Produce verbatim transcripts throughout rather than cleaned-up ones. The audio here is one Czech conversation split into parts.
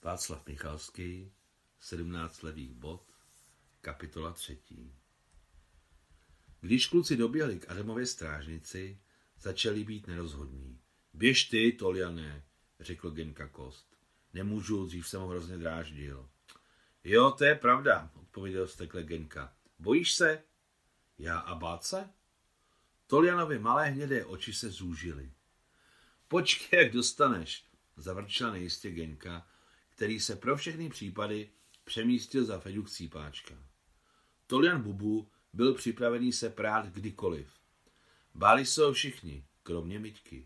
Václav Michalský, sedmnáctletý bod, kapitola třetí. Když kluci doběhli k Adamově strážnici, začali být nerozhodní. Běž ty, Toliane, řekl Genka Kost. Nemůžu, dřív jsem ho hrozně dráždil. Jo, to je pravda, odpověděl vztekle Genka. Bojíš se? Já a bát se? Tolianovi malé hnědé oči se zúžily. Počkej, jak dostaneš, zavrčela nejistě Genka, který se pro všechny případy přemístil za Feďu Chcípáčka. Tolian Bubu byl připravený se prát kdykoliv. Báli se ho všichni, kromě Miťky.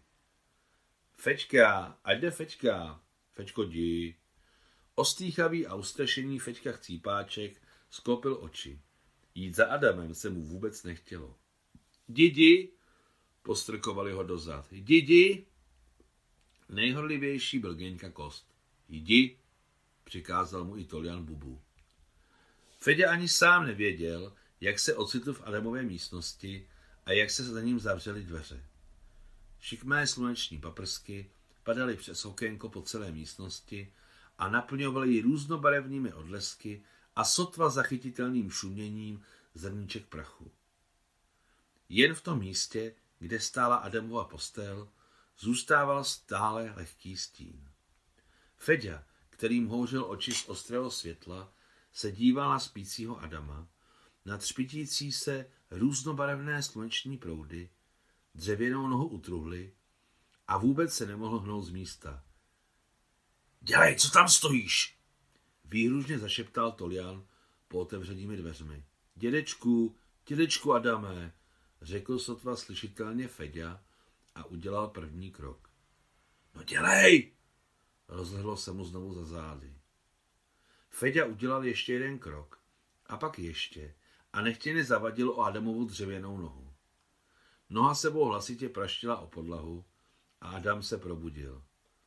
Feďka, ať jde Feďka, Feďko jdi. Ostýchavý a ustrašený Feďka Chcípáček sklopil oči. Jít za Adamem se mu vůbec nechtělo. Jdi, jdi, postrkovali ho dozad. Jdi, jdi. Nejhorlivější byl Genka Kost. Jdi, přikázal mu i Tolian Bubu. Feďa ani sám nevěděl, jak se ocitl v Adamově místnosti a jak se za ním zavřely dveře. Šikmé sluneční paprsky padaly přes okénko po celé místnosti a naplňovaly ji různobarevnými odlesky a sotva zachytitelným šuměním zrníček prachu. Jen v tom místě, kde stála Adamova postel, zůstával stále lehký stín. Feďa, kterým houřil oči z ostrého světla, se díval na spícího Adama, na třpitící se různobarevné sluneční proudy, dřevěnou nohu u truhly a vůbec se nemohl hnout z místa. Dělej, co tam stojíš? Výhružně zašeptal Tolian po otevřenými dveřmi. Dědečku, dědečku Adame, řekl sotva slyšitelně Feďa a udělal první krok. No dělej! Rozlehlo se mu znovu za zády. Feďa udělal ještě jeden krok a pak ještě a nechtěně zavadil o Adamovu dřevěnou nohu. Noha sebou hlasitě praštila o podlahu a Adam se probudil.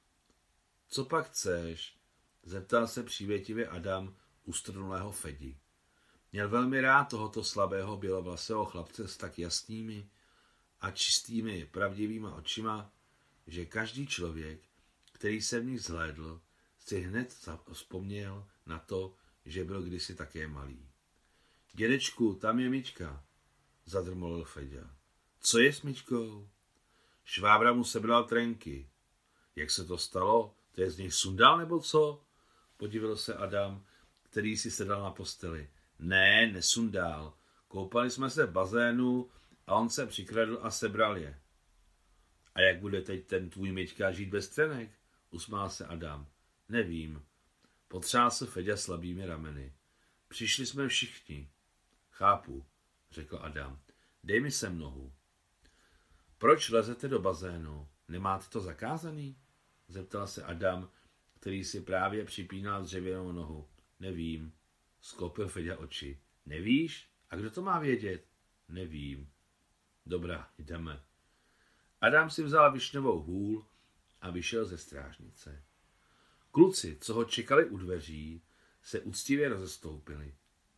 Co pak chceš? Zeptal se přívětivě Adam ustrnulého Fedi. Měl velmi rád tohoto slabého bělovlasého chlapce s tak jasnými a čistými pravdivýma očima, že každý člověk, který se v nich zhlédl, si hned vzpomněl na to, že byl kdysi také malý. Dědečku, tam je Miťka, zadrmolil Feďa. Co je s Miťkou? Švábra mu sebral trenky. Jak se to stalo? To je z nich sundal nebo co? Podivil se Adam, který si sedal na posteli. Ne, nesundal. Koupali jsme se v bazénu a on se přikradl a sebral je. A jak bude teď ten tvůj Miťka žít bez trenek? Usmál se Adam. Nevím. Potřásl Feďa slabými rameny. Přišli jsme všichni. Chápu, řekl Adam. Dej mi sem nohu. Proč lezete do bazénu? Nemáte to zakázaný? Zeptal se Adam, který si právě připínal dřevěnou nohu. Nevím. Sklopil Feďa oči. Nevíš? A kdo to má vědět? Nevím. Dobrá, jdeme. Adam si vzal višňovou hůl a vyšel ze strážnice. Kluci, co ho čekali u dveří, se úctivě rozestoupili.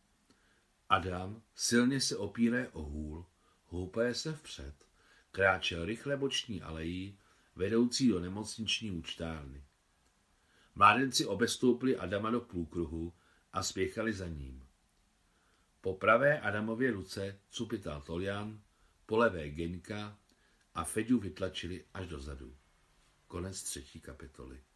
Adam, silně se opírá o hůl, houpaje se vpřed, kráčel rychle boční alejí, vedoucí do nemocniční účtárny. Mládenci obestoupili Adama do půlkruhu a spěchali za ním. Po pravé Adamově ruce cupital Tolian, po levé Genka a Feďu vytlačili až dozadu. Konec třetí kapitoly.